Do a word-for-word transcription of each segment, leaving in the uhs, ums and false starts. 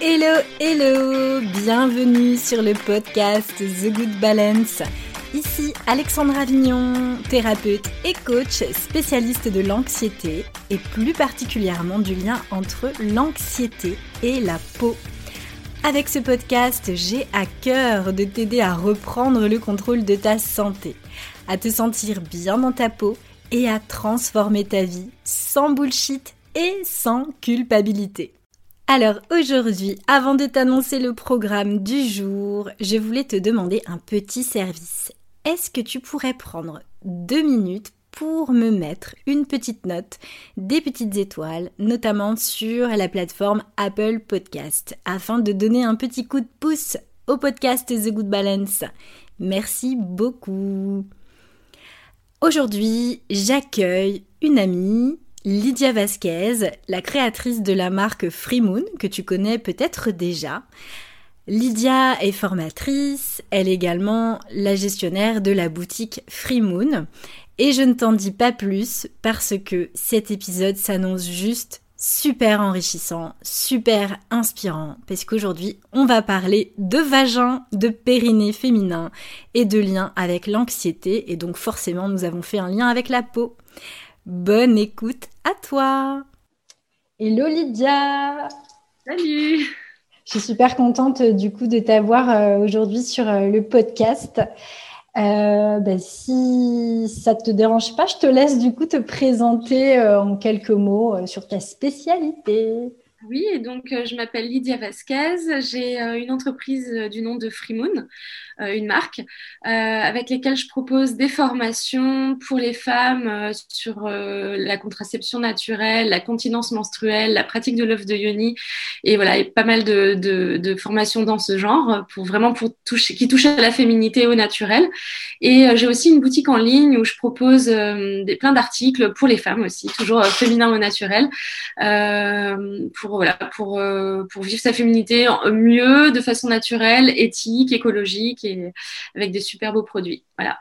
Hello, hello, bienvenue sur le podcast The Good Balance. Ici Alexandra Avignon, thérapeute et coach spécialiste de l'anxiété et plus particulièrement du lien entre l'anxiété et la peau. Avec ce podcast, j'ai à cœur de t'aider à reprendre le contrôle de ta santé, à te sentir bien dans ta peau et à transformer ta vie sans bullshit et sans culpabilité. Alors aujourd'hui, avant de t'annoncer le programme du jour, je voulais te demander un petit service. Est-ce que tu pourrais prendre deux minutes pour me mettre une petite note, des petites étoiles, notamment sur la plateforme Apple Podcast, afin de donner un petit coup de pouce au podcast The Good Balance. Merci beaucoup. Aujourd'hui, j'accueille une amie, Lydia Vasquez, la créatrice de la marque Freemoon, que tu connais peut-être déjà. Lydia est formatrice, elle est également la gestionnaire de la boutique Freemoon. Et je ne t'en dis pas plus parce que cet épisode s'annonce juste super enrichissant, super inspirant. Parce qu'aujourd'hui, on va parler de vagin, de périnée féminin et de lien avec l'anxiété. Et donc forcément, nous avons fait un lien avec la peau. Bonne écoute à toi. Hello Lydia. Salut. Je suis super contente du coup de t'avoir euh, aujourd'hui sur euh, le podcast. Euh, bah, si ça te dérange pas, je te laisse du coup te présenter euh, en quelques mots euh, sur ta spécialité. Oui, et donc euh, je m'appelle Lydia Vasquez, j'ai euh, une entreprise euh, du nom de Freemoon, euh, une marque, euh, avec lesquelles je propose des formations pour les femmes euh, sur euh, la contraception naturelle, la continence menstruelle, la pratique de l'œuf de yoni, et voilà, et pas mal de, de, de formations dans ce genre, pour vraiment pour toucher, qui touchent à la féminité et au naturel. Et euh, j'ai aussi une boutique en ligne où je propose euh, des, plein d'articles pour les femmes aussi, toujours euh, féminin au naturel, euh, pour Voilà, pour, euh, pour vivre sa féminité mieux, de façon naturelle, éthique, écologique et avec des super beaux produits. Voilà.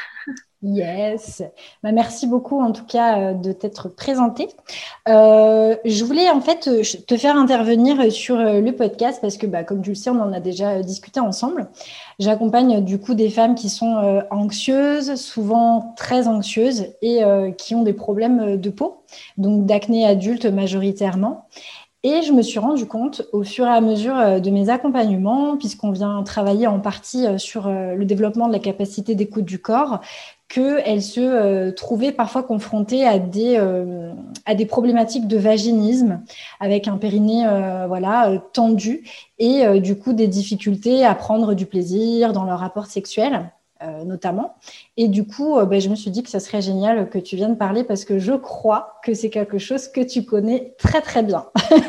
Yes. Bah, merci beaucoup en tout cas euh, de t'être présentée. Euh, je voulais en fait te faire intervenir sur euh, le podcast parce que bah, comme tu le sais, on en a déjà discuté ensemble. J'accompagne du coup des femmes qui sont euh, anxieuses, souvent très anxieuses et euh, qui ont des problèmes de peau, donc d'acné adulte majoritairement. Et je me suis rendu compte au fur et à mesure de mes accompagnements, puisqu'on vient travailler en partie sur le développement de la capacité d'écoute du corps, qu'elles se euh, trouvaient parfois confrontées à des, euh, à des problématiques de vaginisme, avec un périnée euh, voilà, euh, tendu, et euh, du coup des difficultés à prendre du plaisir dans leur rapport sexuel. Euh, notamment. Et du coup, euh, ben, je me suis dit que ça serait génial que tu viennes parler parce que je crois que c'est quelque chose que tu connais très, très bien.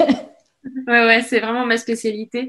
Ouais, ouais, c'est vraiment ma spécialité.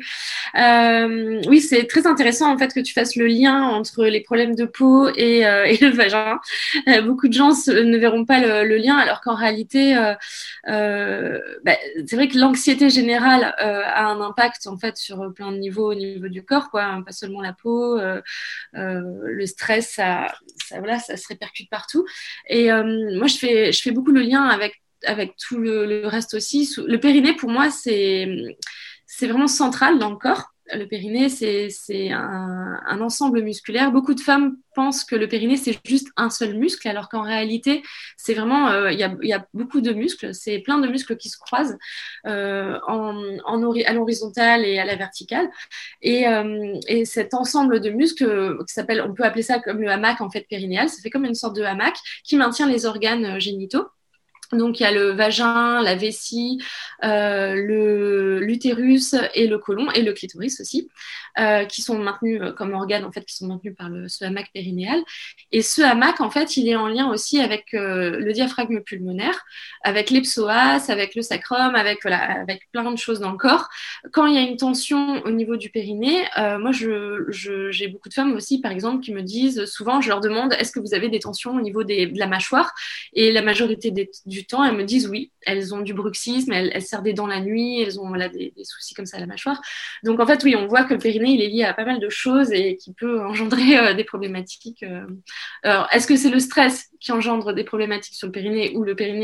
Euh, oui, c'est très intéressant en fait que tu fasses le lien entre les problèmes de peau et, euh, et le vagin. Euh, beaucoup de gens se, ne verront pas le, le lien, alors qu'en réalité, euh, euh, bah, c'est vrai que l'anxiété générale euh, a un impact en fait sur plein de niveaux au niveau du corps, quoi, hein, pas seulement la peau. Euh, euh, le stress, ça, ça, voilà, ça se répercute partout. Et euh, moi, je fais, je fais beaucoup le lien avec avec tout le, le reste aussi. Le périnée, pour moi, c'est, c'est vraiment central dans le corps. Le périnée, c'est, c'est un, un ensemble musculaire. Beaucoup de femmes pensent que le périnée, c'est juste un seul muscle, alors qu'en réalité, c'est vraiment, il euh, y, a, y a beaucoup de muscles. C'est plein de muscles qui se croisent euh, en, en ori- à l'horizontale et à la verticale. Et, euh, et cet ensemble de muscles, qui s'appelle, on peut appeler ça comme le hamac en fait périnéal, ça fait comme une sorte de hamac qui maintient les organes génitaux. Donc, il y a le vagin, la vessie, euh, le, l'utérus et le côlon et le clitoris aussi, euh, qui sont maintenus euh, comme organes, en fait, qui sont maintenus par le, ce hamac périnéal. Et ce hamac, en fait, il est en lien aussi avec euh, le diaphragme pulmonaire, avec les psoas, avec le sacrum, avec, voilà, avec plein de choses dans le corps. Quand il y a une tension au niveau du périnée, euh, moi, je, je, j'ai beaucoup de femmes aussi, par exemple, qui me disent, souvent, je leur demande, est-ce que vous avez des tensions au niveau des, de la mâchoire? Et la majorité des, du temps, elles me disent oui, elles ont du bruxisme, elles, elles serrent des dents la nuit, elles ont voilà, des, des soucis comme ça à la mâchoire. Donc en fait, oui, on voit que le périnée, il est lié à pas mal de choses et qui peut engendrer euh, des problématiques. Euh. Alors, est-ce que c'est le stress qui engendre des problématiques sur le périnée ou le périnée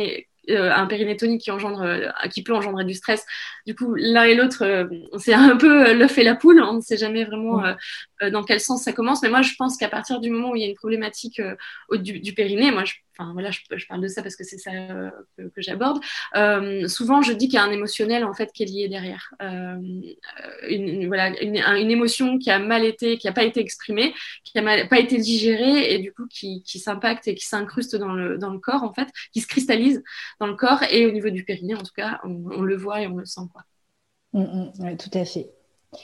euh, un périnée tonique qui engendre, euh, qui peut engendrer du stress. Du coup, l'un et l'autre, euh, c'est un peu l'œuf et la poule. On ne sait jamais vraiment euh, dans quel sens ça commence. Mais moi, je pense qu'à partir du moment où il y a une problématique euh, au, du, du périnée, moi, je, enfin voilà, je, je parle de ça parce que c'est ça euh, que, que j'aborde. Euh, souvent, je dis qu'il y a un émotionnel en fait qui est lié derrière. Euh, une, une, voilà, une, une émotion qui a mal été, qui n'a pas été exprimée, qui n'a pas été digérée et du coup qui, qui s'impacte et qui s'incruste dans le, dans le corps en fait, qui se cristallise dans le corps et au niveau du périnée en tout cas, on, on le voit et on le sent quoi. Mmh, mmh, ouais, tout à fait.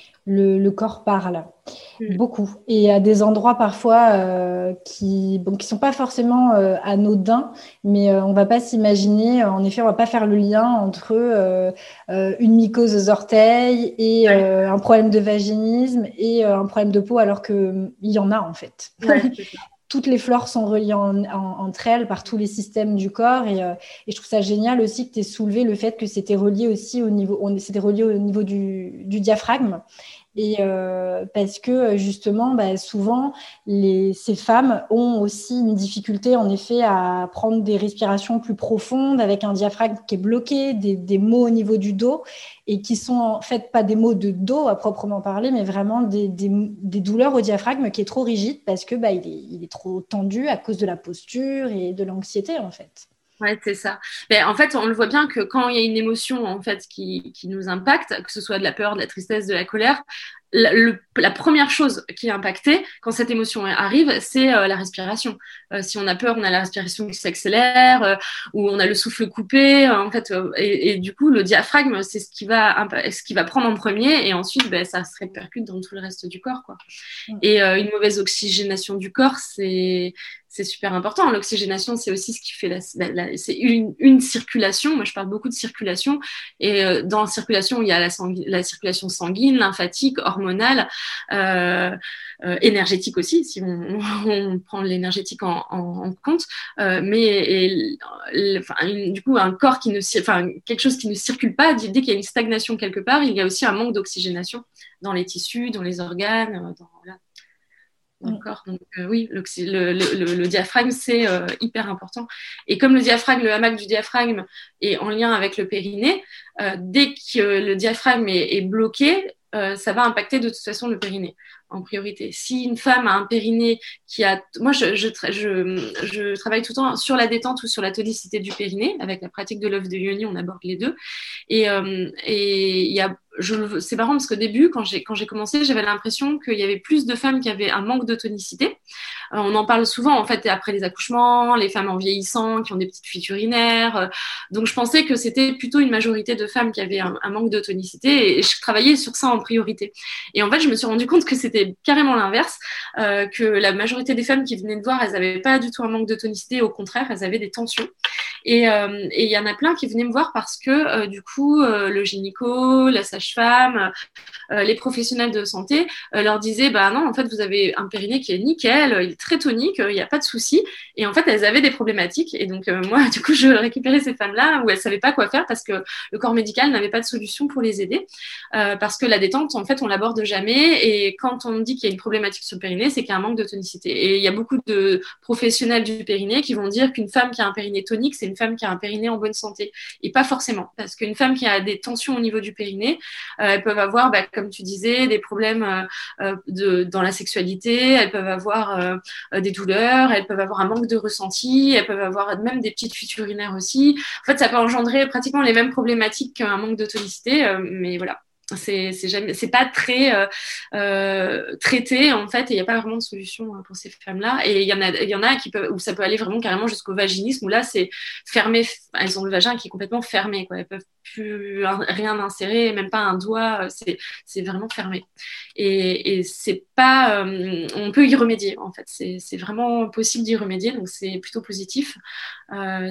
Le, le corps parle mmh. beaucoup et il y a des endroits parfois euh, qui bon, qui sont pas forcément euh, anodins, mais euh, on va pas s'imaginer. En effet, on va pas faire le lien entre euh, euh, une mycose aux orteils et euh, un problème de vaginisme et euh, un problème de peau, alors que il y en a en fait. Ouais, toutes les flores sont reliées en, en, entre elles par tous les systèmes du corps et, euh, et je trouve ça génial aussi que tu aies soulevé le fait que c'était relié aussi au niveau, on, c'était relié au niveau du, du diaphragme. Et euh, parce que justement, bah, souvent, les, ces femmes ont aussi une difficulté en effet à prendre des respirations plus profondes avec un diaphragme qui est bloqué, des, des maux au niveau du dos et qui sont en fait pas des maux de dos à proprement parler, mais vraiment des, des, des douleurs au diaphragme qui est trop rigide parce que bah, il est, il est trop tendu à cause de la posture et de l'anxiété en fait. Ouais, c'est ça. Mais en fait, on le voit bien que quand il y a une émotion en fait qui, qui nous impacte, que ce soit de la peur, de la tristesse, de la colère, la, le, la première chose qui est impactée quand cette émotion arrive, c'est euh, la respiration. Euh, si on a peur, on a la respiration qui s'accélère, euh, ou on a le souffle coupé. Euh, en fait, euh, et, et du coup, le diaphragme, c'est ce qui va, ce qui va prendre en premier, et ensuite, ben, ça se répercute dans tout le reste du corps, quoi. Mmh. Et euh, une mauvaise oxygénation du corps, c'est c'est super important. L'oxygénation, c'est aussi ce qui fait la, la, la c'est une, une circulation. Moi, je parle beaucoup de circulation. Et euh, dans la circulation, il y a la, sangu- la circulation sanguine, lymphatique, hormonale, euh, euh, énergétique aussi, si on, on prend l'énergétique en, en, en compte. Euh, mais et, et, enfin, une, du coup, un corps qui ne, enfin, quelque chose qui ne circule pas, dès qu'il y a une stagnation quelque part, il y a aussi un manque d'oxygénation dans les tissus, dans les organes, dans, voilà. Dans le corps. Donc euh, oui, le, le, le, le diaphragme, c'est euh, hyper important. Et comme le diaphragme, le hamac du diaphragme est en lien avec le périnée, euh, dès que le diaphragme est, est bloqué, euh, ça va impacter de toute façon le périnée en priorité. Si une femme a un périnée qui a... Moi, je, je, je, je travaille tout le temps sur la détente ou sur la tonicité du périnée. Avec la pratique de l'œuf de Yoni, on aborde les deux. Et euh, et il y a... Je, c'est marrant parce qu'au début, quand j'ai, quand j'ai commencé, j'avais l'impression qu'il y avait plus de femmes qui avaient un manque de tonicité. Euh, on en parle souvent, en fait, après les accouchements, les femmes en vieillissant, qui ont des petites fuites urinaires. Euh, donc, je pensais que c'était plutôt une majorité de femmes qui avaient un, un manque de tonicité et, et je travaillais sur ça en priorité. Et en fait, je me suis rendu compte que c'était carrément l'inverse, euh, que la majorité des femmes qui venaient me voir, elles n'avaient pas du tout un manque de tonicité, au contraire, elles avaient des tensions. Et euh, et il y en a plein qui venaient me voir parce que euh, du coup, euh, le gynéco, la sage-femme, euh, les professionnels de santé euh, leur disaient bah non, en fait, vous avez un périnée qui est nickel, il est très tonique, il n'y a pas de souci. Et en fait, elles avaient des problématiques. Et donc euh, moi, du coup, je récupérais ces femmes-là où elles savaient pas quoi faire parce que le corps médical n'avait pas de solution pour les aider. Euh, parce que la détente, en fait, on l'aborde jamais. Et quand on dit qu'il y a une problématique sur le périnée, c'est qu'il y a un manque de tonicité. Et il y a beaucoup de professionnels du périnée qui vont dire qu'une femme qui a un périnée tonique, c'est une femme qui a un périnée en bonne santé. Et pas forcément. Parce qu'une femme qui a des tensions au niveau du périnée, euh, elles peuvent avoir, bah, comme tu disais, des problèmes euh, de, dans la sexualité, elles peuvent avoir euh, des douleurs, elles peuvent avoir un manque de ressenti, elles peuvent avoir même des petites fuites urinaires aussi. En fait, ça peut engendrer pratiquement les mêmes problématiques qu'un manque de tonicité, euh, mais voilà. C'est, c'est jamais, c'est pas très euh, euh, traité en fait, et il n'y a pas vraiment de solution pour ces femmes-là. Et il y en a, il y en a qui peuvent, où ça peut aller vraiment carrément jusqu'au vaginisme, où là c'est fermé, elles ont le vagin qui est complètement fermé, quoi. Elles peuvent plus rien insérer, même pas un doigt, c'est, c'est vraiment fermé. Et, et c'est pas, euh, on peut y remédier en fait. C'est, c'est vraiment possible d'y remédier, donc c'est plutôt positif. Euh,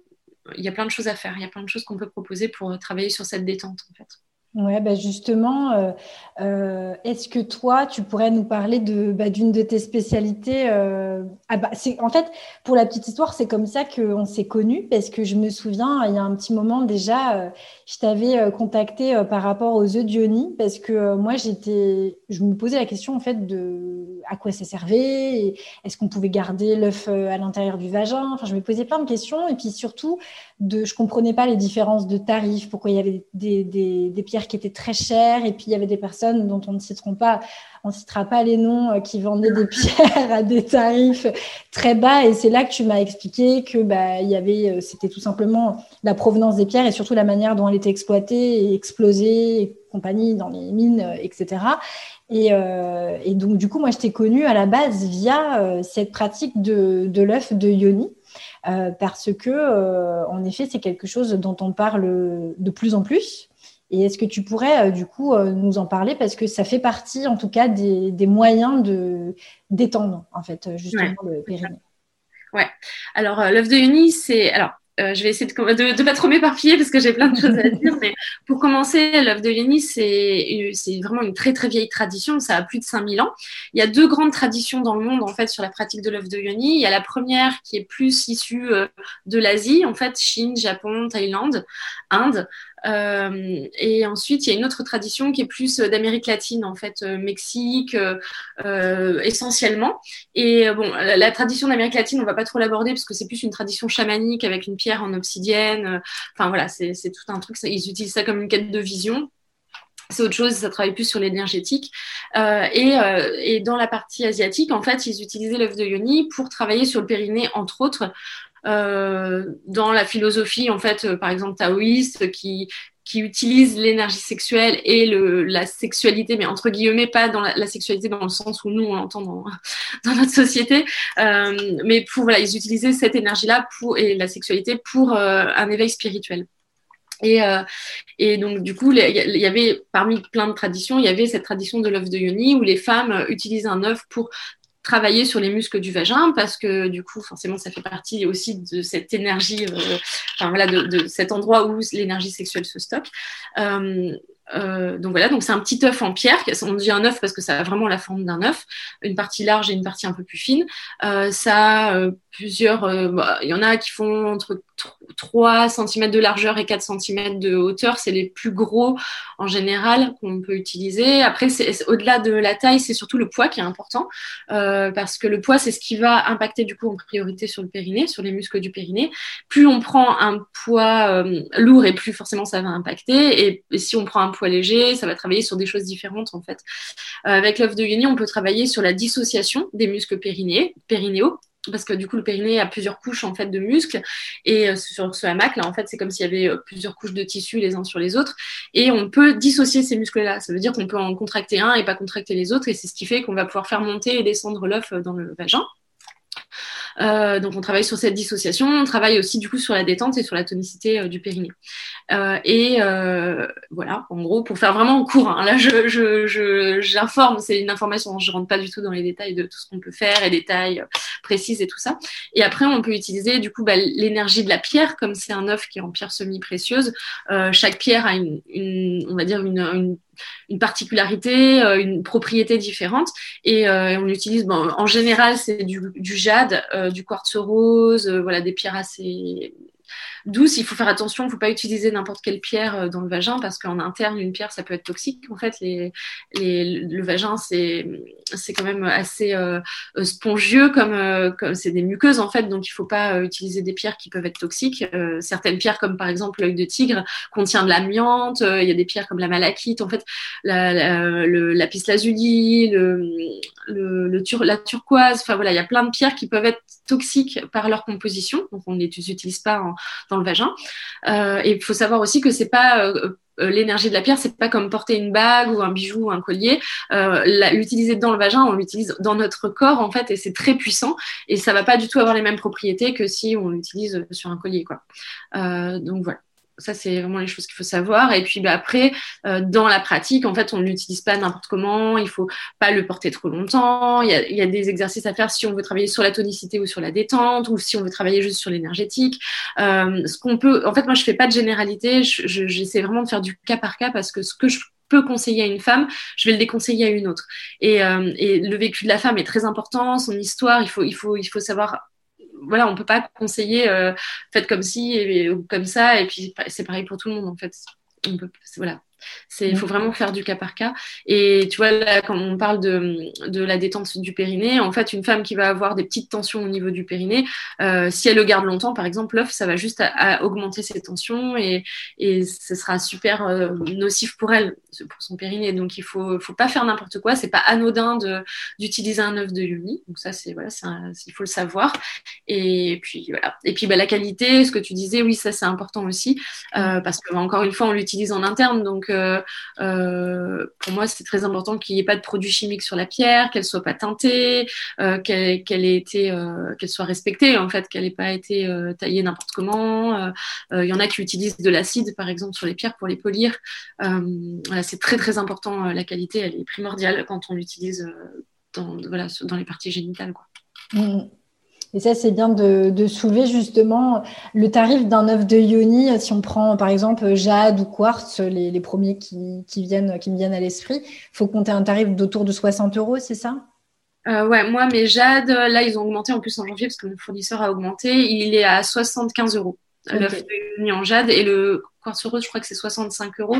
il y a plein de choses à faire, il y a plein de choses qu'on peut proposer pour travailler sur cette détente en fait. Ouais, bah justement, euh, euh, est-ce que toi, tu pourrais nous parler de, bah, d'une de tes spécialités euh, ah bah, c'est, en fait, pour la petite histoire, c'est comme ça qu'on s'est connus, parce que je me souviens, il y a un petit moment déjà, euh, je t'avais euh, contacté euh, par rapport aux œufs d'Ioni, parce que euh, moi, j'étais, je me posais la question en fait de à quoi ça servait, et est-ce qu'on pouvait garder l'œuf euh, à l'intérieur du vagin. Enfin, je me posais plein de questions, et puis surtout, de, je comprenais pas les différences de tarifs, pourquoi il y avait des, des, des pierres qui étaient très chères et puis il y avait des personnes dont on ne citera pas, on citera pas les noms, euh, qui vendaient des pierres à des tarifs très bas. Et c'est là que tu m'as expliqué que bah, il y avait, c'était tout simplement la provenance des pierres et surtout la manière dont elle était exploitée et explosée et compagnie dans les mines, et cetera. Et, euh, et donc, du coup, moi, je t'ai connue à la base via euh, cette pratique de, de l'œuf de Yoni, euh, parce que, euh, en effet, c'est quelque chose dont on parle de plus en plus. Et est-ce que tu pourrais, euh, du coup, euh, nous en parler, parce que ça fait partie, en tout cas, des, des moyens de, d'étendre, en fait, justement, ouais. le périnée. Ouais. Alors, euh, l'œuf de Yoni, c'est... Alors, Euh, je vais essayer de de, de pas trop m'éparpiller parce que j'ai plein de choses à dire. Mais pour commencer, l'œuf de Yoni, c'est c'est vraiment une très très vieille tradition. Ça a plus de cinq mille ans. Il y a deux grandes traditions dans le monde en fait sur la pratique de l'œuf de Yoni. Il y a la première qui est plus issue euh, de l'Asie, en fait, Chine, Japon, Thaïlande, Inde. Euh, et ensuite, il y a une autre tradition qui est plus d'Amérique latine, en fait, euh, Mexique, euh, euh, essentiellement. Et euh, bon, la, la tradition d'Amérique latine, on va pas trop l'aborder parce que c'est plus une tradition chamanique avec une pierre en obsidienne. Enfin voilà, c'est, c'est tout un truc. Ils utilisent ça comme une quête de vision. C'est autre chose, ça travaille plus sur l'énergétique. Euh, et, euh, et dans la partie asiatique, en fait, ils utilisaient l'œuf de Yoni pour travailler sur le périnée, entre autres. Euh, dans la philosophie, en fait, euh, par exemple, taoïste, qui, qui utilise l'énergie sexuelle et le, la sexualité, mais entre guillemets, pas dans la, la sexualité dans le sens où nous, on l'entend dans, dans notre société, euh, mais pour, voilà, ils utilisaient cette énergie-là pour, et la sexualité pour euh, un éveil spirituel. Et, euh, et donc, du coup, il y avait, parmi plein de traditions, il y avait cette tradition de l'œuf de Yoni où les femmes utilisent un œuf pour travailler sur les muscles du vagin parce que du coup forcément ça fait partie aussi de cette énergie euh, enfin voilà de, de cet endroit où l'énergie sexuelle se stocke euh, euh, donc voilà donc c'est un petit œuf en pierre, on dit un œuf parce que ça a vraiment la forme d'un œuf, une partie large et une partie un peu plus fine. Euh, ça a euh, plusieurs euh, bah, il y en a qui font entre trois centimètres de largeur et quatre centimètres de hauteur, c'est les plus gros en général qu'on peut utiliser. Après c'est, au-delà de la taille, c'est surtout le poids qui est important. Euh, parce que le poids, c'est ce qui va impacter du coup en priorité sur le périnée, sur les muscles du périnée. Plus on prend un poids euh, lourd et plus forcément ça va impacter. Et, et si on prend un poids léger, ça va travailler sur des choses différentes en fait. Euh, avec l'œuf de Yoni, on peut travailler sur la dissociation des muscles périnéés, périnéaux. Parce que du coup, le périnée a plusieurs couches en fait de muscles et euh, sur ce hamac là, en fait, c'est comme s'il y avait euh, plusieurs couches de tissus les uns sur les autres et on peut dissocier ces muscles-là. Ça veut dire qu'on peut en contracter un et pas contracter les autres et c'est ce qui fait qu'on va pouvoir faire monter et descendre l'œuf dans le vagin. Euh, donc on travaille sur cette dissociation, on travaille aussi du coup sur la détente et sur la tonicité euh, du périnée. Euh, et euh, voilà, en gros, pour faire vraiment court, hein, là je, je, je, j'informe, c'est une information, je rentre pas du tout dans les détails de tout ce qu'on peut faire et des tailles précises et tout ça. Et après, on peut utiliser du coup bah, l'énergie de la pierre, comme c'est un œuf qui est en pierre semi-précieuse. Euh, chaque pierre a une, une on va dire une, une une particularité, une propriété différente et euh, on utilise, bon, en général c'est du, du jade, euh, du quartz rose, euh, voilà des pierres assez douces. Il faut faire attention, il ne faut pas utiliser n'importe quelle pierre dans le vagin parce qu'en interne une pierre ça peut être toxique. En fait, les, les, le vagin c'est c'est quand même assez euh, spongieux comme euh, comme c'est des muqueuses en fait, donc il ne faut pas euh, utiliser des pierres qui peuvent être toxiques. Euh, certaines pierres comme par exemple l'œil de tigre contient de l'amiante. Euh, il y a des pierres comme la malachite, en fait, la, la, le lapis lazuli, le, le, le tur, la turquoise. Enfin voilà, il y a plein de pierres qui peuvent être toxiques par leur composition, donc on ne les utilise pas en, dans le vagin. Euh, et il faut savoir aussi que c'est pas euh, l'énergie de la pierre, c'est pas comme porter une bague ou un bijou ou un collier. Euh, la, l'utiliser dans le vagin, on l'utilise dans notre corps en fait, et c'est très puissant. Et ça va pas du tout avoir les mêmes propriétés que si on l'utilise sur un collier, quoi. Euh, donc voilà. Ça, c'est vraiment les choses qu'il faut savoir. Et puis bah, après, euh, dans la pratique, en fait, on ne l'utilise pas n'importe comment. Il ne faut pas le porter trop longtemps. Il y a, il y a des exercices à faire si on veut travailler sur la tonicité ou sur la détente, ou si on veut travailler juste sur l'énergétique. Euh, ce qu'on peut, en fait, moi, je ne fais pas de généralité. Je, je, j'essaie vraiment de faire du cas par cas parce que ce que je peux conseiller à une femme, je vais le déconseiller à une autre. Et, euh, et le vécu de la femme est très important. Son histoire, il faut, il faut, il faut savoir. Voilà, on peut pas conseiller euh, faites comme ci et, ou comme ça, et puis c'est pareil pour tout le monde en fait. On peut, voilà, C'est, il faut vraiment faire du cas par cas. Et tu vois, là, quand on parle de, de la détente du périnée, en fait, une femme qui va avoir des petites tensions au niveau du périnée, euh, si elle le garde longtemps, par exemple, l'œuf, ça va juste à, à augmenter ses tensions et, et ce sera super euh, nocif pour elle, pour son périnée. Donc, il faut, faut pas faire n'importe quoi. C'est pas anodin de, d'utiliser un œuf de yoni. Donc, ça, c'est, voilà, c'est un, il faut le savoir. Et puis, voilà. Et puis, bah, la qualité, ce que tu disais, oui, ça, c'est important aussi. Euh, parce que, encore une fois, on l'utilise en interne. Donc, euh, euh, pour moi, c'est très important qu'il n'y ait pas de produits chimiques sur la pierre, qu'elle soit pas teintée, euh, qu'elle, qu'elle ait été, euh, qu'elle soit respectée, en fait, qu'elle n'ait pas été euh, taillée n'importe comment. Il euh, euh, y en a qui utilisent de l'acide, par exemple, sur les pierres pour les polir. Euh, voilà, c'est très, très important. La qualité, elle est primordiale quand on l'utilise euh, dans, voilà, dans les parties génitales, quoi. Mmh. Et ça, c'est bien de, de soulever justement le tarif d'un œuf de yoni. Si on prend par exemple jade ou quartz, les, les premiers qui, qui, viennent, qui me viennent à l'esprit, il faut compter un tarif d'autour de soixante euros, c'est ça? euh, Ouais, moi, mes jade, là, ils ont augmenté en plus en janvier parce que mon fournisseur a augmenté. Il est à soixante-quinze euros, okay. L'œuf de yoni en jade, et le quartz rose, je crois que c'est soixante-cinq euros.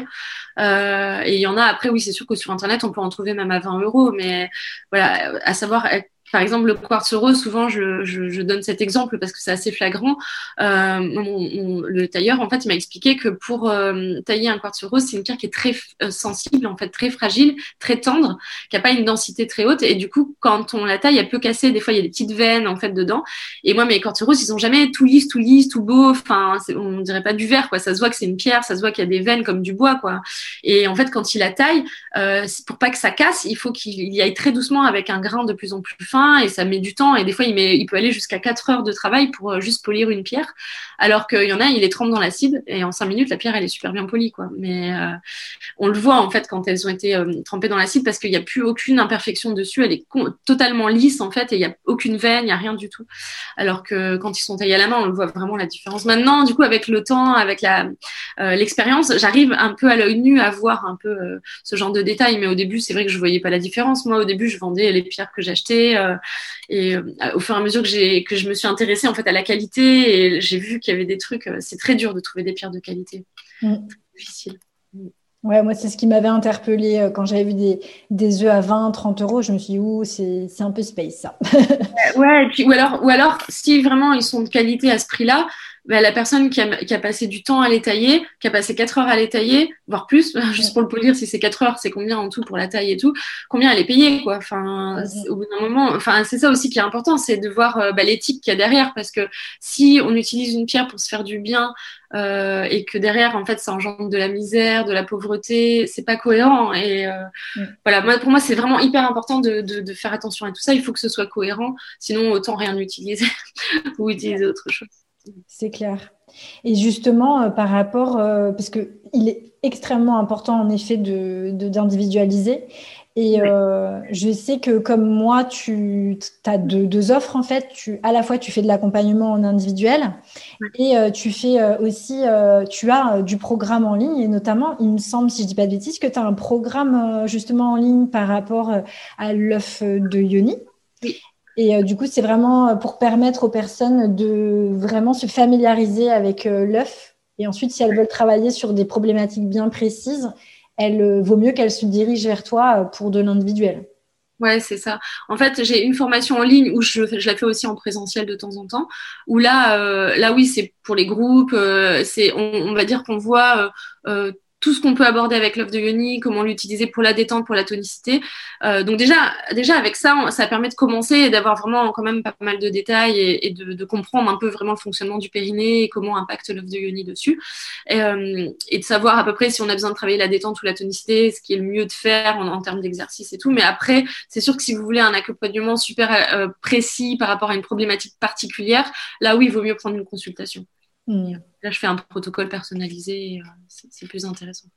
Euh, et il y en a après, oui, c'est sûr que sur Internet, on peut en trouver même à vingt euros. Mais voilà, à savoir... Par exemple, le quartz rose, souvent, je, je, je donne cet exemple parce que c'est assez flagrant. Euh, mon, mon, le tailleur, en fait, il m'a expliqué que pour euh, tailler un quartz rose, c'est une pierre qui est très euh, sensible, en fait, très fragile, très tendre, qui n'a pas une densité très haute. Et du coup, quand on la taille, elle peut casser. Des fois, il y a des petites veines, en fait, dedans. Et moi, mes quartz roses, ils sont jamais tout lisses, tout lisses, tout beau. Enfin, c'est, on dirait pas du verre, quoi. Ça se voit que c'est une pierre, ça se voit qu'il y a des veines comme du bois, quoi. Et en fait, quand il la taille, euh, pour pas que ça casse, il faut qu'il y aille très doucement avec un grain de plus en plus fin. Et ça met du temps, et des fois il, met, il peut aller jusqu'à quatre heures de travail pour euh, juste polir une pierre, alors qu'il y en a, il les trempe dans l'acide et en cinq minutes la pierre elle est super bien polie, quoi. Mais euh, on le voit en fait quand elles ont été euh, trempées dans l'acide, parce qu'il n'y a plus aucune imperfection dessus, elle est con- totalement lisse en fait, et il n'y a aucune veine, il n'y a rien du tout, alors que quand ils sont taillés à la main on le voit vraiment la différence. Maintenant du coup avec le temps, avec la, euh, l'expérience, j'arrive un peu à l'œil nu à voir un peu euh, ce genre de détails, mais au début c'est vrai que je voyais pas la différence. Moi au début je vendais les pierres que j'achetais, euh, et euh, au fur et à mesure que j'ai que je me suis intéressée en fait à la qualité, et j'ai vu qu'il y avait des trucs, euh, c'est très dur de trouver des pierres de qualité. Mmh. Très difficile. Ouais, moi c'est ce qui m'avait interpellée quand j'avais vu des, des œufs à vingt, trente euros. Je me suis dit, ouh, c'est, c'est un peu space ça. Ouais, et puis ou alors ou alors si vraiment ils sont de qualité à ce prix-là, bah, la personne qui a, qui a passé du temps à les tailler, qui a passé quatre heures à les tailler, voire plus, juste pour le polir, si c'est quatre heures, c'est combien en tout pour la taille et tout, combien elle est payée, quoi. Enfin, mm-hmm. Au bout d'un moment, enfin, c'est ça aussi qui est important, c'est de voir euh, bah, l'éthique qu'il y a derrière, parce que si on utilise une pierre pour se faire du bien, euh, et que derrière, en fait, ça engendre de la misère, de la pauvreté, c'est pas cohérent. Et euh, mm. voilà, moi, pour moi, c'est vraiment hyper important de, de, de faire attention à tout ça. Il faut que ce soit cohérent, sinon autant rien utiliser ou utiliser autre chose. C'est clair. Et justement, euh, par rapport, euh, parce qu'il est extrêmement important en effet de, de, d'individualiser. Et euh, je sais que comme moi, tu as deux, deux offres en fait. Tu, à la fois, tu fais de l'accompagnement en individuel et euh, tu fais euh, aussi, euh, tu as euh, du programme en ligne. Et notamment, il me semble, si je ne dis pas de bêtises, que tu as un programme euh, justement en ligne par rapport euh, à l'œuf de yoni. Oui. Et euh, du coup, c'est vraiment pour permettre aux personnes de vraiment se familiariser avec euh, l'œuf. Et ensuite, si elles veulent travailler sur des problématiques bien précises, elle euh, vaut mieux qu'elles se dirigent vers toi euh, pour de l'individuel. Ouais, c'est ça. En fait, j'ai une formation en ligne où je, je la fais aussi en présentiel de temps en temps. Où là, euh, là oui, c'est pour les groupes. Euh, c'est, on, on va dire qu'on voit euh, euh, tout ce qu'on peut aborder avec l'œuf de yoni, comment l'utiliser pour la détente, pour la tonicité. Euh, donc déjà, déjà avec ça, on, ça permet de commencer et d'avoir vraiment quand même pas mal de détails et, et de, de comprendre un peu vraiment le fonctionnement du périnée et comment impacte l'œuf de yoni dessus. Et, euh, et de savoir à peu près si on a besoin de travailler la détente ou la tonicité, ce qui est le mieux de faire en, en termes d'exercice et tout. Mais après, c'est sûr que si vous voulez un accompagnement super euh, précis par rapport à une problématique particulière, là oui, il vaut mieux prendre une consultation. Mmh. Là, je fais un protocole personnalisé, c'est, c'est plus intéressant.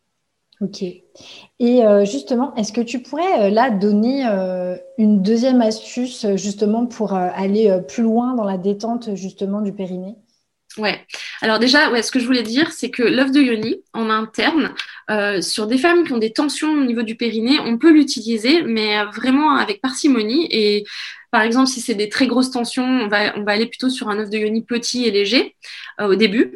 Ok. Et euh, justement, est-ce que tu pourrais euh, là donner euh, une deuxième astuce justement pour euh, aller euh, plus loin dans la détente justement du périnée? Ouais. Alors déjà, ouais, ce que je voulais dire, c'est que l'œuf de yoni, en interne, euh, sur des femmes qui ont des tensions au niveau du périnée, on peut l'utiliser, mais vraiment avec parcimonie. Et par exemple, si c'est des très grosses tensions, on va, on va aller plutôt sur un œuf de yoni petit et léger euh, au début,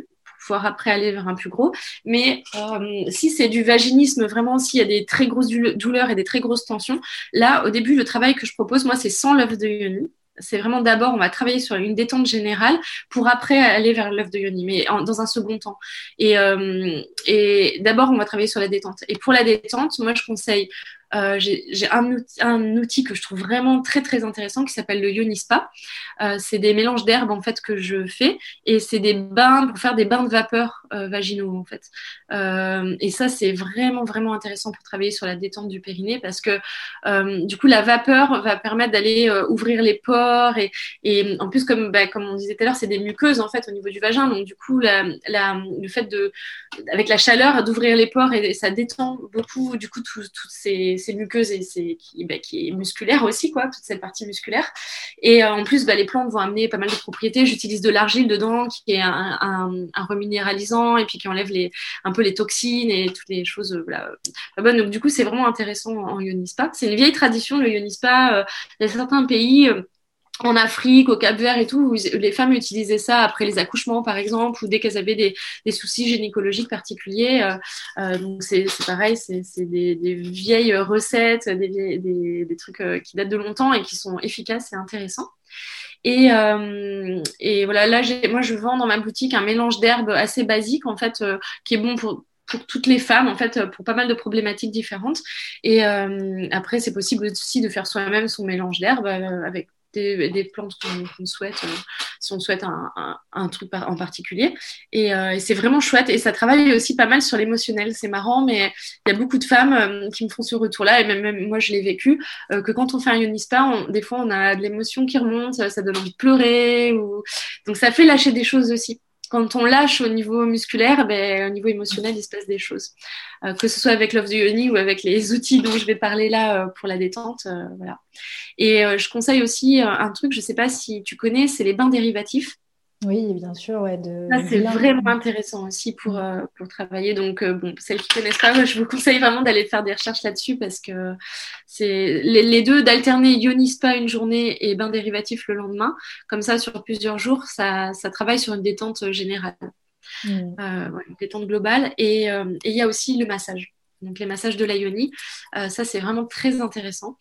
pouvoir après aller vers un plus gros. Mais euh, si c'est du vaginisme, vraiment, s'il y a des très grosses douleurs et des très grosses tensions, là, au début, le travail que je propose, moi, c'est sans l'œuf de yoni. C'est vraiment d'abord, on va travailler sur une détente générale pour après aller vers l'œuf de yoni, mais en, dans un second temps. Et, euh, et d'abord, on va travailler sur la détente. Et pour la détente, moi, je conseille, euh, j'ai, j'ai un, outil, un outil que je trouve vraiment très, très intéressant qui s'appelle le Yoni Spa. Euh, c'est des mélanges d'herbes, en fait, que je fais. Et c'est des bains pour faire des bains de vapeur euh, vaginaux, en fait. Euh, et ça, c'est vraiment, vraiment intéressant pour travailler sur la détente du périnée parce que, euh, du coup, la vapeur va permettre d'aller euh, ouvrir les pores et, et en plus, comme, bah, comme on disait tout à l'heure, c'est des muqueuses, en fait, au niveau du vagin. Donc, du coup, la, la, le fait de, avec la chaleur, d'ouvrir les pores et, et ça détend beaucoup, du coup, toutes ces, ces muqueuses et c'est qui, bah, qui est musculaire aussi, quoi, toute cette partie musculaire. Et euh, en plus, bah, les plantes vont amener pas mal de propriétés. J'utilise de l'argile dedans, qui est un, un, un reminéralisant et puis qui enlève les, un peu les toxines et toutes les choses euh, voilà, pas bonnes. Donc, du coup, c'est vraiment intéressant en Yoni Spa. C'est une vieille tradition, le Yoni Spa. Euh, il y a certains pays... Euh, en Afrique, au Cap-Vert et tout, où les femmes utilisaient ça après les accouchements, par exemple, ou dès qu'elles avaient des, des soucis gynécologiques particuliers. Euh, euh, donc, c'est, c'est pareil, c'est, c'est des, des vieilles recettes, des, vieilles, des, des trucs euh, qui datent de longtemps et qui sont efficaces et intéressants. Et, euh, et voilà, là, j'ai, moi, je vends dans ma boutique un mélange d'herbes assez basique, en fait, euh, qui est bon pour pour toutes les femmes, en fait, pour pas mal de problématiques différentes. Et euh, après, c'est possible aussi de faire soi-même son mélange d'herbes euh, avec Des, des plantes qu'on, qu'on souhaite, euh, si on souhaite un, un, un truc par, en particulier. Et, euh, et c'est vraiment chouette. Et ça travaille aussi pas mal sur l'émotionnel. C'est marrant, mais il y a beaucoup de femmes euh, qui me font ce retour-là, et même, même moi, je l'ai vécu, euh, que quand on fait un Yoni Spa, on, des fois, on a de l'émotion qui remonte, ça, ça donne envie de pleurer. Ou... Donc, ça fait lâcher des choses aussi. Quand on lâche au niveau musculaire, ben, au niveau émotionnel, il se passe des choses. Euh, que ce soit avec l'œuf de yoni ou avec les outils dont je vais parler là euh, pour la détente. Euh, voilà. Et euh, je conseille aussi euh, un truc, je ne sais pas si tu connais, c'est les bains dérivatifs. Oui, bien sûr. Ouais, de... Ça, c'est vraiment intéressant aussi pour, euh, pour travailler. Donc, euh, bon, celles qui ne connaissent pas, je vous conseille vraiment d'aller faire des recherches là-dessus parce que c'est les, les deux, d'alterner Yoni Spa une journée et bain dérivatif le lendemain. Comme ça, sur plusieurs jours, ça, ça travaille sur une détente générale, mmh. euh, ouais, une détente globale. Et euh, et il y a aussi le massage. Donc, les massages de la yoni, euh, ça, c'est vraiment très intéressant.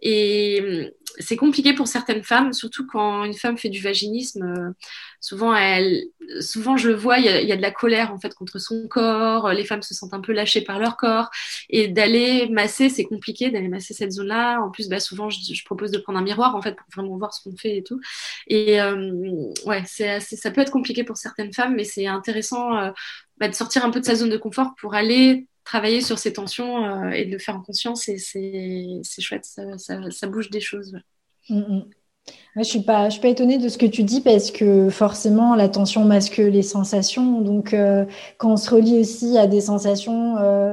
Et c'est compliqué pour certaines femmes, surtout quand une femme fait du vaginisme. Euh, souvent, elle, souvent, je le vois, il y, a, il y a de la colère, en fait, contre son corps. Les femmes se sentent un peu lâchées par leur corps. Et d'aller masser, c'est compliqué, d'aller masser cette zone-là. En plus, bah, souvent, je, je propose de prendre un miroir, en fait, pour vraiment voir ce qu'on fait et tout. Et euh, ouais, c'est assez, ça peut être compliqué pour certaines femmes, mais c'est intéressant euh, bah, de sortir un peu de sa zone de confort pour aller travailler sur ces tensions euh, et de le faire en conscience, et c'est, c'est chouette, ça, ça, ça bouge des choses. Ouais. Mmh. Ouais, je suis pas, je suis pas étonnée de ce que tu dis parce que forcément la tension masque les sensations. Donc euh, quand on se relie aussi à des sensations, euh,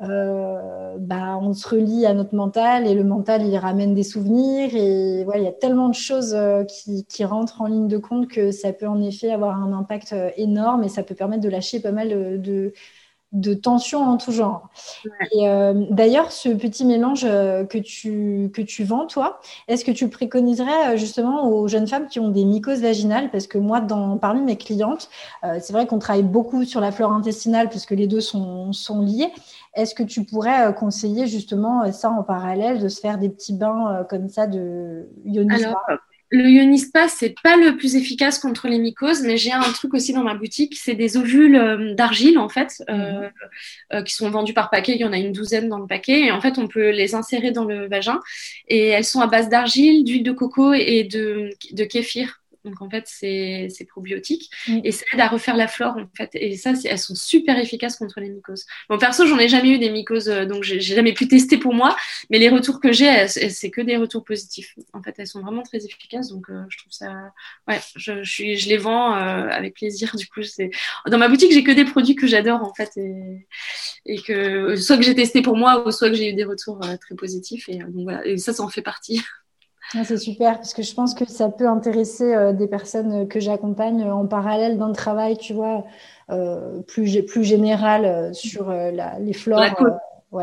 euh, bah on se relie à notre mental et le mental il ramène des souvenirs et voilà, il y a tellement de choses euh, qui, qui rentrent en ligne de compte que ça peut en effet avoir un impact énorme et ça peut permettre de lâcher pas mal de, de de tensions en tout genre. Ouais. Et euh, d'ailleurs, ce petit mélange euh, que tu, que tu vends, toi, est-ce que tu préconiserais euh, justement aux jeunes femmes qui ont des mycoses vaginales? Parce que moi, dans, parmi mes clientes, euh, c'est vrai qu'on travaille beaucoup sur la flore intestinale puisque les deux sont, sont liés. Est-ce que tu pourrais euh, conseiller justement euh, ça en parallèle, de se faire des petits bains euh, comme ça de Yoni Spa? Alors, le Yoni Spa, c'est pas le plus efficace contre les mycoses, mais j'ai un truc aussi dans ma boutique, c'est des ovules euh, d'argile en fait, euh, mmh. euh, qui sont vendus par paquet. Il y en a une douzaine dans le paquet, et en fait, on peut les insérer dans le vagin. Et elles sont à base d'argile, d'huile de coco et de, de kéfir. Donc, en fait, c'est, c'est probiotique. Mmh. Et ça aide à refaire la flore, en fait. Et ça, c'est, elles sont super efficaces contre les mycoses. Bon, perso, j'en ai jamais eu des mycoses, donc j'ai, j'ai jamais pu tester pour moi. Mais les retours que j'ai, elles, elles, c'est que des retours positifs. En fait, elles sont vraiment très efficaces. Donc, euh, je trouve ça... Ouais, je, je, suis, je les vends euh, avec plaisir. Du coup, c'est... Dans ma boutique, j'ai que des produits que j'adore, en fait. Et, et que soit que j'ai testé pour moi, ou soit que j'ai eu des retours euh, très positifs. Et, euh, donc, voilà. Et ça, ça en fait partie. Ah, c'est super parce que je pense que ça peut intéresser euh, des personnes que j'accompagne en parallèle d'un travail, tu vois, euh, plus, plus général euh, sur euh, la, les flores. Euh, voilà.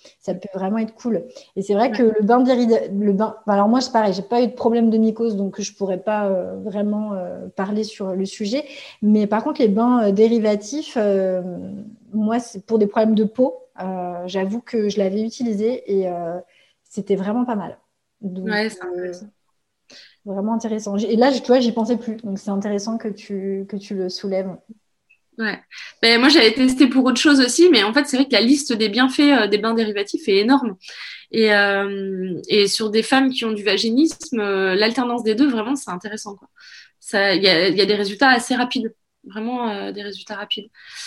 Ça peut vraiment être cool. Et c'est vrai ouais. que le bain dérivatif, le bain, alors moi c'est pareil, j'ai pas eu de problème de mycose, donc je pourrais pas euh, vraiment euh, parler sur le sujet. Mais par contre les bains euh, dérivatifs, euh, moi c'est pour des problèmes de peau. Euh, j'avoue que je l'avais utilisé et euh, c'était vraiment pas mal. Donc, ouais, c'est intéressant. Euh, vraiment intéressant. Et là, tu vois, j'y pensais plus. Donc, c'est intéressant que tu, que tu le soulèves. Ouais. Ben, moi, j'avais testé pour autre chose aussi, mais en fait, c'est vrai que la liste des bienfaits euh, des bains dérivatifs est énorme. Et, euh, et sur des femmes qui ont du vaginisme, euh, l'alternance des deux, vraiment, c'est intéressant, quoi. Ça, il y a, y a des résultats assez rapides. Vraiment euh, des résultats rapides.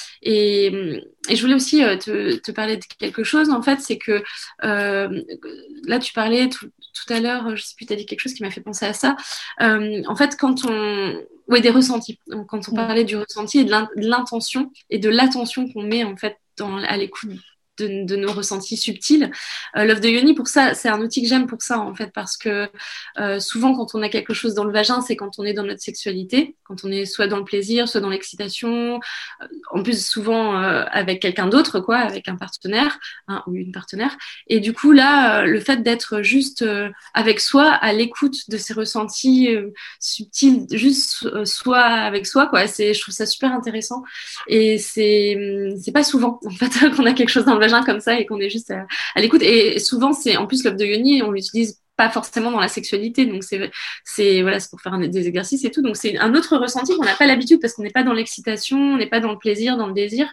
Et, et je voulais aussi euh, te, te parler de quelque chose, en fait, c'est que euh, là, tu parlais tout, tout à l'heure, je sais plus, tu as dit quelque chose qui m'a fait penser à ça. Euh, en fait, quand on... Ouais, des ressentis. Quand on parlait du ressenti et de l'intention et de l'attention qu'on met, en fait, dans, à l'écoute de, de nos ressentis subtils. Euh, l'œuf de Yoni, pour ça, c'est un outil que j'aime pour ça, en fait, parce que euh, souvent, quand on a quelque chose dans le vagin, c'est quand on est dans notre sexualité, quand on est soit dans le plaisir, soit dans l'excitation, euh, en plus, souvent euh, avec quelqu'un d'autre, quoi, avec un partenaire hein, ou une partenaire. Et du coup, là, euh, le fait d'être juste euh, avec soi, à l'écoute de ses ressentis euh, subtils, juste euh, soi avec soi, quoi, c'est, je trouve ça super intéressant. Et c'est, c'est pas souvent, en fait, qu'on a quelque chose dans le vagin comme ça et qu'on est juste à, à l'écoute. Et souvent, c'est en plus l'œuf de Yoni, on l'utilise pas forcément dans la sexualité, donc c'est c'est voilà, c'est pour faire un, des exercices et tout. Donc c'est un autre ressenti qu'on n'a pas l'habitude parce qu'on n'est pas dans l'excitation, on n'est pas dans le plaisir, dans le désir,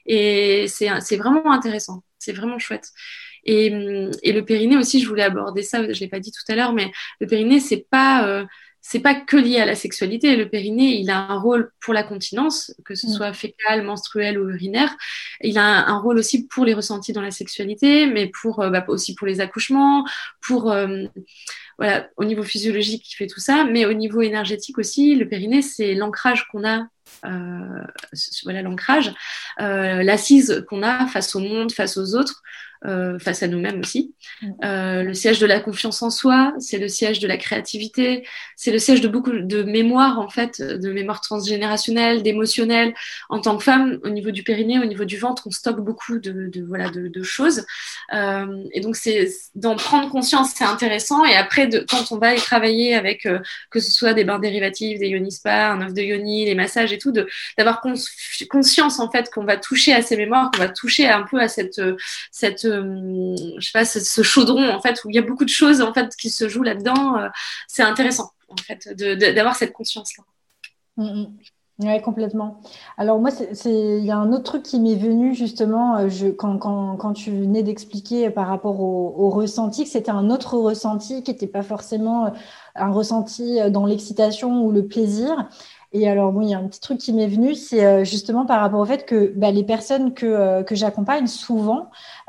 et c'est c'est vraiment intéressant, c'est vraiment chouette. Et, et le périnée aussi, je voulais aborder ça, je l'ai pas dit tout à l'heure, mais le périnée c'est pas euh, c'est pas que lié à la sexualité. Le périnée, il a un rôle pour la continence, que ce soit fécale, menstruelle ou urinaire. Il a un, un rôle aussi pour les ressentis dans la sexualité, mais pour euh, bah, aussi pour les accouchements, pour euh, voilà, au niveau physiologique, il fait tout ça, mais au niveau énergétique aussi, le périnée, c'est l'ancrage qu'on a. Euh, voilà l'ancrage, euh, l'assise qu'on a face au monde, face aux autres, euh, face à nous-mêmes aussi. Euh, le siège de la confiance en soi, c'est le siège de la créativité, c'est le siège de beaucoup de mémoire en fait, de mémoire transgénérationnelle, d'émotionnel. En tant que femme, au niveau du périnée, au niveau du ventre, on stocke beaucoup de, de voilà de, de choses. Euh, et donc c'est d'en prendre conscience, c'est intéressant. Et après, de, quand on va y travailler avec euh, que ce soit des bains dérivatifs, des yoni spa, un œuf de yoni, les massages et tout, de, d'avoir cons- conscience en fait qu'on va toucher à ces mémoires, qu'on va toucher un peu à cette cette euh, je sais pas ce, ce chaudron en fait où il y a beaucoup de choses en fait qui se jouent là-dedans. Euh, c'est intéressant en fait de, de, d'avoir cette conscience là. Mmh. Oui, complètement. Alors moi, c'est, c'est, il y a un autre truc qui m'est venu justement je, quand, quand, quand tu venais d'expliquer par rapport au, au ressenti, que c'était un autre ressenti qui n'était pas forcément un ressenti dans l'excitation ou le plaisir. Et alors, bon, il y a un petit truc qui m'est venu, c'est justement par rapport au fait que bah, les personnes que, euh, que j'accompagne souvent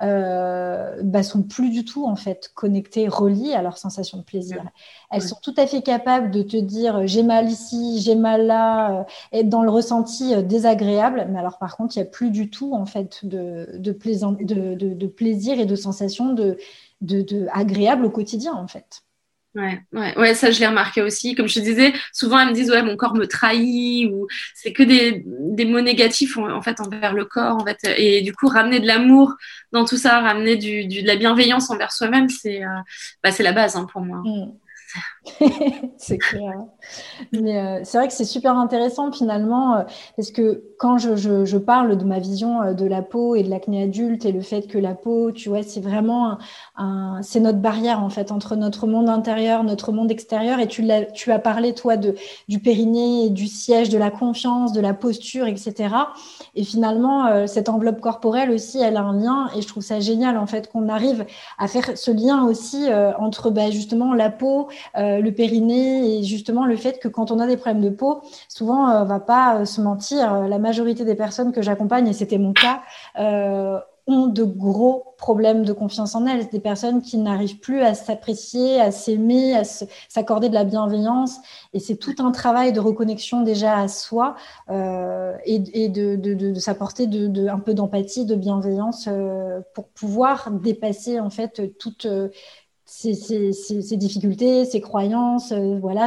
euh, bah, sont plus du tout en fait connectées, reliées à leur sensation de plaisir. Elles ouais. sont tout à fait capables de te dire j'ai mal ici, j'ai mal là, euh, être dans le ressenti euh, désagréable. Mais alors par contre, il n'y a plus du tout en fait de, de, plaisant, de, de, de plaisir et de sensation de, de, de agréable au quotidien en fait. Ouais, ouais, ouais, ça je l'ai remarqué aussi. Comme je te disais, souvent elles me disent ouais mon corps me trahit ou c'est que des, des mots négatifs en, en fait envers le corps en fait. Et du coup ramener de l'amour dans tout ça, ramener du, du de la bienveillance envers soi-même, c'est euh, bah c'est la base hein, pour moi. Mmh. C'est clair. Mais euh, c'est vrai que c'est super intéressant finalement euh, parce que quand je, je, je parle de ma vision euh, de la peau et de l'acné adulte et le fait que la peau, tu vois, c'est vraiment un, un, c'est notre barrière en fait entre notre monde intérieur, notre monde extérieur. Et tu l'as, tu as parlé toi de du périnée, du siège, de la confiance, de la posture, et cetera. Et finalement, euh, cette enveloppe corporelle aussi, elle a un lien. Et je trouve ça génial en fait qu'on arrive à faire ce lien aussi euh, entre bah, justement la peau. Euh, le périnée et justement le fait que quand on a des problèmes de peau, souvent on euh, va pas euh, se mentir, euh, la majorité des personnes que j'accompagne, et c'était mon cas, euh, ont de gros problèmes de confiance en elles, des personnes qui n'arrivent plus à s'apprécier, à s'aimer, à se, s'accorder de la bienveillance, et c'est tout un travail de reconnexion déjà à soi euh, et, et de, de, de, de s'apporter de, de, un peu d'empathie, de bienveillance euh, pour pouvoir dépasser en fait toute euh, Ces, ces, ces, ces difficultés, ces croyances, euh, voilà, tout,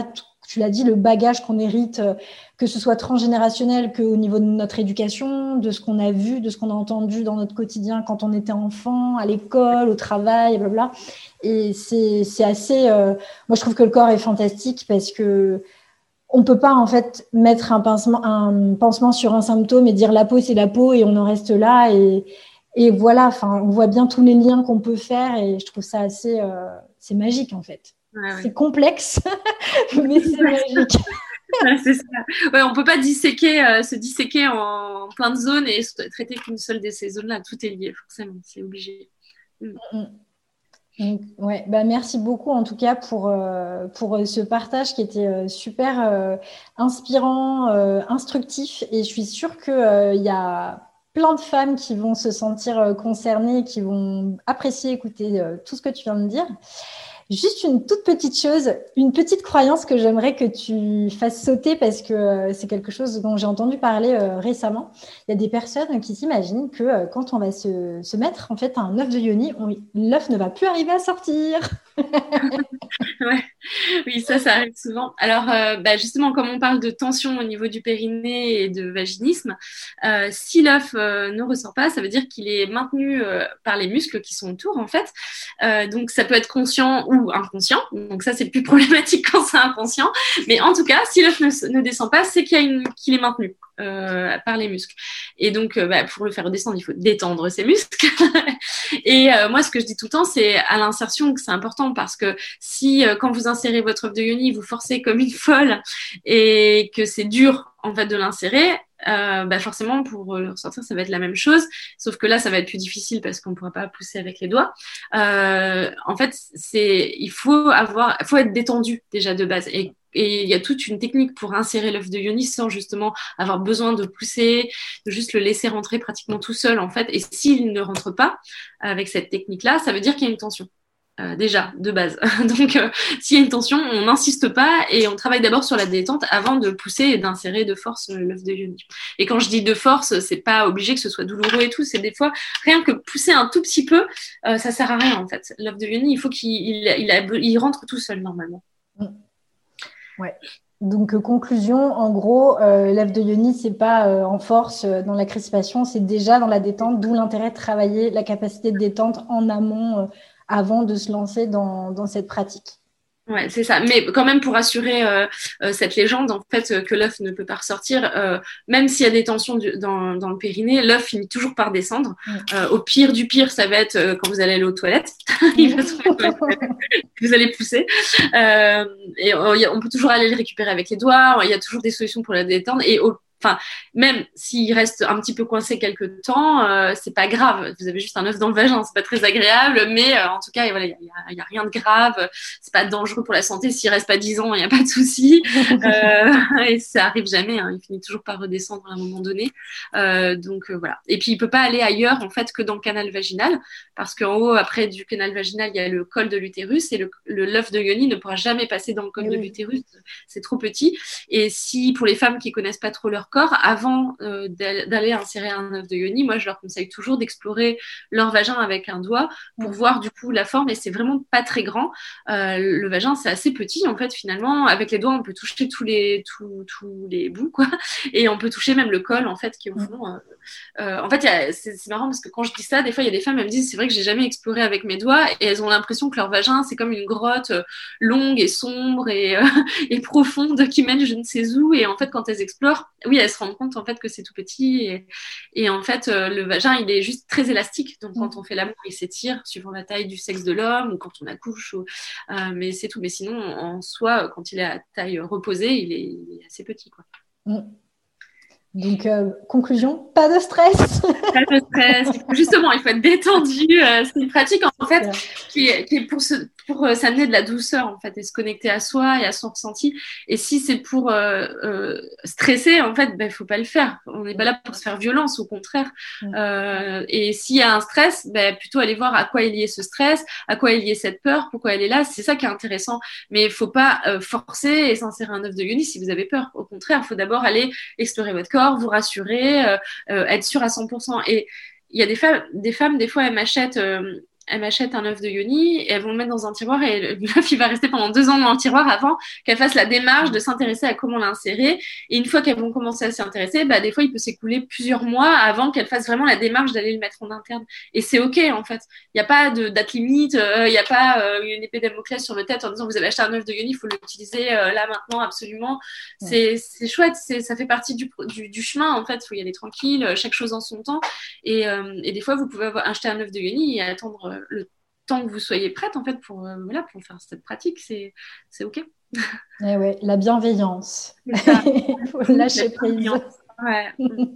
tu l'as dit, le bagage qu'on hérite, euh, que ce soit transgénérationnel, qu'au niveau de notre éducation, de ce qu'on a vu, de ce qu'on a entendu dans notre quotidien quand on était enfant, à l'école, au travail, blablabla. Et c'est, c'est assez... Euh, moi, je trouve que le corps est fantastique parce que on peut pas, en fait, mettre un pansement, un pansement sur un symptôme et dire la peau, c'est la peau et on en reste là. Et, et voilà, enfin, on voit bien tous les liens qu'on peut faire et je trouve ça assez... Euh, c'est magique, en fait. Ouais, c'est ouais. complexe, mais c'est magique. Ouais, c'est ça. Ouais, on peut pas disséquer, euh, se disséquer en, en plein de zones et traiter qu'une seule de ces zones-là. Tout est lié, forcément, c'est obligé. Mm. Donc, ouais, bah merci beaucoup en tout cas pour, euh, pour ce partage qui était euh, super euh, inspirant, euh, instructif. Et je suis sûre qu'il euh, y a plein de femmes qui vont se sentir euh, concernées, qui vont apprécier écouter euh, tout ce que tu viens de dire. Juste une toute petite chose, une petite croyance que j'aimerais que tu fasses sauter parce que euh, c'est quelque chose dont j'ai entendu parler euh, récemment. Il y a des personnes qui s'imaginent que euh, quand on va se, se mettre en fait un œuf de yoni, on, l'œuf ne va plus arriver à sortir. Ouais. Oui, ça, ça arrive souvent. Alors, euh, bah, justement, comme on parle de tension au niveau du périnée et de vaginisme, euh, si l'œuf euh, ne ressort pas, ça veut dire qu'il est maintenu euh, par les muscles qui sont autour, en fait. Euh, donc, ça peut être conscient ou inconscient. Donc, ça, c'est plus problématique quand c'est inconscient. Mais en tout cas, si l'œuf ne, ne descend pas, c'est qu'il y a une, qu'il est maintenu euh, par les muscles. Et donc, euh, bah, pour le faire redescendre, il faut détendre ses muscles. Et euh, moi, ce que je dis tout le temps, c'est à l'insertion que c'est important parce que si, euh, quand vous insérez votre œuf de yoni, vous forcez comme une folle et que c'est dur, en fait, de l'insérer, euh, bah forcément, pour le ressortir, ça va être la même chose. Sauf que là, ça va être plus difficile parce qu'on ne pourra pas pousser avec les doigts. Euh, en fait, c'est, il faut avoir, il faut être détendu déjà de base. Et Et il y a toute une technique pour insérer l'œuf de yoni sans justement avoir besoin de pousser, de juste le laisser rentrer pratiquement tout seul, en fait. Et s'il ne rentre pas avec cette technique-là, ça veut dire qu'il y a une tension. Euh, déjà, de base. Donc, euh, s'il y a une tension, on n'insiste pas et on travaille d'abord sur la détente avant de pousser et d'insérer de force l'œuf de yoni. Et quand je dis de force, c'est pas obligé que ce soit douloureux et tout, c'est des fois, rien que pousser un tout petit peu, euh, ça sert à rien, en fait. L'œuf de yoni, il faut qu'il il, il, a, il rentre tout seul, normalement. Ouais. Donc, euh, conclusion, en gros, euh, l'œuf de yoni, c'est pas euh, en force euh, dans la crispation, c'est déjà dans la détente, d'où l'intérêt de travailler la capacité de détente en amont euh, avant de se lancer dans, dans cette pratique. Ouais, c'est ça. Mais quand même, pour assurer euh, euh, cette légende, en fait, euh, que l'œuf ne peut pas ressortir, euh, même s'il y a des tensions du, dans, dans le périnée, l'œuf finit toujours par descendre. Mmh. Euh, au pire du pire, ça va être euh, quand vous allez aller aux toilettes. Il va vous allez pousser. Euh, et euh, on peut toujours aller le récupérer avec les doigts. Il y a toujours des solutions pour la détendre. Et au Enfin, même s'il reste un petit peu coincé quelques temps, euh, c'est pas grave. Vous avez juste un œuf dans le vagin, c'est pas très agréable, mais euh, en tout cas, voilà, il y a, y a rien de grave. C'est pas dangereux pour la santé. S'il reste pas dix ans, il y a pas de souci. Euh, et ça arrive jamais. Hein, il finit toujours par redescendre à un moment donné. Euh, donc euh, voilà. Et puis il peut pas aller ailleurs en fait que dans le canal vaginal, parce qu'en haut, après du canal vaginal, il y a le col de l'utérus et le, le l'œuf de yoni ne pourra jamais passer dans le col oui. de l'utérus. C'est trop petit. Et si pour les femmes qui connaissent pas trop leur corps, avant euh, d'aller insérer un œuf de yoni, moi je leur conseille toujours d'explorer leur vagin avec un doigt pour mmh. voir du coup la forme, et c'est vraiment pas très grand. Euh, le vagin c'est assez petit en fait finalement, avec les doigts on peut toucher tous les tous, tous les bouts quoi, et on peut toucher même le col en fait qui est au fond. Euh, euh, en fait c'est, c'est marrant parce que quand je dis ça, des fois il y a des femmes elles me disent c'est vrai que j'ai jamais exploré avec mes doigts, et elles ont l'impression que leur vagin c'est comme une grotte euh, longue et sombre et, euh, et profonde qui mène je ne sais où, et en fait quand elles explorent, oui elles se rendent compte en fait que c'est tout petit, et, et en fait euh, le vagin il est juste très élastique, donc quand on fait l'amour il s'étire suivant la taille du sexe de l'homme ou quand on accouche ou, euh, mais c'est tout, mais sinon en soi quand il est à taille reposée il est, il est assez petit quoi. Mm. Donc, euh, conclusion, pas de stress. Pas de stress. Justement, il faut être détendu. Euh, c'est une pratique, en fait, qui est, qui est pour, se, pour euh, s'amener de la douceur, en fait, et se connecter à soi et à son ressenti. Et si c'est pour euh, euh, stresser, en fait, ben, il faut pas le faire. On n'est pas là pour se faire violence, au contraire. Euh, et s'il y a un stress, ben, plutôt aller voir à quoi est lié ce stress, à quoi est liée cette peur, pourquoi elle est là. C'est ça qui est intéressant. Mais il faut pas euh, forcer et s'insérer un œuf de yoni si vous avez peur. Au contraire, il faut d'abord aller explorer votre corps, vous rassurer, euh, euh, être sûr à cent pour cent. Et il y a des femmes, des femmes, des fois, elles m'achètent, euh, elle m'achète un œuf de yoni et elles vont le mettre dans un tiroir et l'œuf il va rester pendant deux ans dans le tiroir avant qu'elles fassent la démarche de s'intéresser à comment l'insérer. Et une fois qu'elles vont commencer à s'y intéresser, bah, des fois il peut s'écouler plusieurs mois avant qu'elles fassent vraiment la démarche d'aller le mettre en interne. Et c'est ok en fait. Il n'y a pas de date limite, il euh, n'y a pas euh, une épée Damoclès sur le tête en disant vous avez acheté un œuf de yoni, il faut l'utiliser euh, là maintenant absolument. Ouais. C'est, c'est chouette, c'est, ça fait partie du, du, du chemin en fait. Il faut y aller tranquille, chaque chose en son temps. Et, euh, et des fois vous pouvez avoir, acheter un œuf de yoni et attendre le temps que vous soyez prête en fait pour, euh, voilà, pour faire cette pratique, c'est, c'est ok. Eh ouais, la bienveillance. Il faut lâcher prise. Ouais.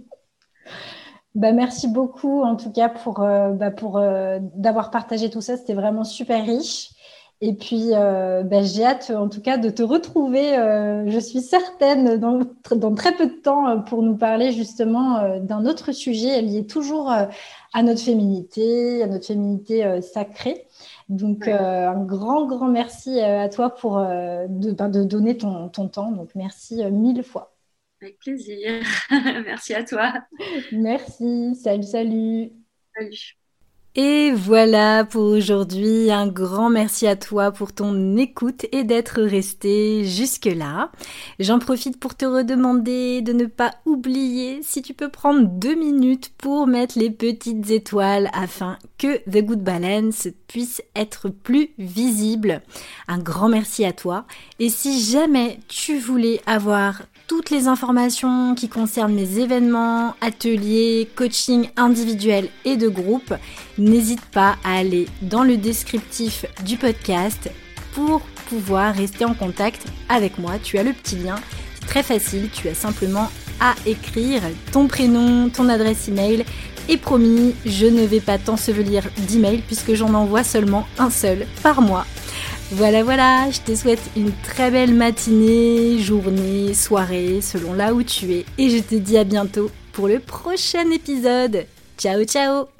Bah, merci beaucoup en tout cas pour, euh, bah, pour euh, d'avoir partagé tout ça, c'était vraiment super riche. Et puis, euh, bah, j'ai hâte en tout cas de te retrouver, euh, je suis certaine, dans, dans très peu de temps pour nous parler justement euh, d'un autre sujet lié toujours euh, à notre féminité, à notre féminité euh, sacrée. Donc, euh, un grand, grand merci à toi pour euh, de, ben, de donner ton, ton temps. Donc, merci euh, mille fois. Avec plaisir. Merci à toi. Merci. Salut, salut. Salut. Et voilà pour aujourd'hui, un grand merci à toi pour ton écoute et d'être resté jusque-là. J'en profite pour te redemander de ne pas oublier si tu peux prendre deux minutes pour mettre les petites étoiles afin que The Good Balance puisse être plus visible. Un grand merci à toi. Et si jamais tu voulais avoir toutes les informations qui concernent mes événements, ateliers, coaching individuel et de groupe, n'hésite pas à aller dans le descriptif du podcast pour pouvoir rester en contact avec moi. Tu as le petit lien, c'est très facile, tu as simplement à écrire ton prénom, ton adresse email et promis, je ne vais pas t'ensevelir d'emails puisque j'en envoie seulement un seul par mois. Voilà, voilà, je te souhaite une très belle matinée, journée, soirée, selon là où tu es. Et je te dis à bientôt pour le prochain épisode. Ciao, ciao!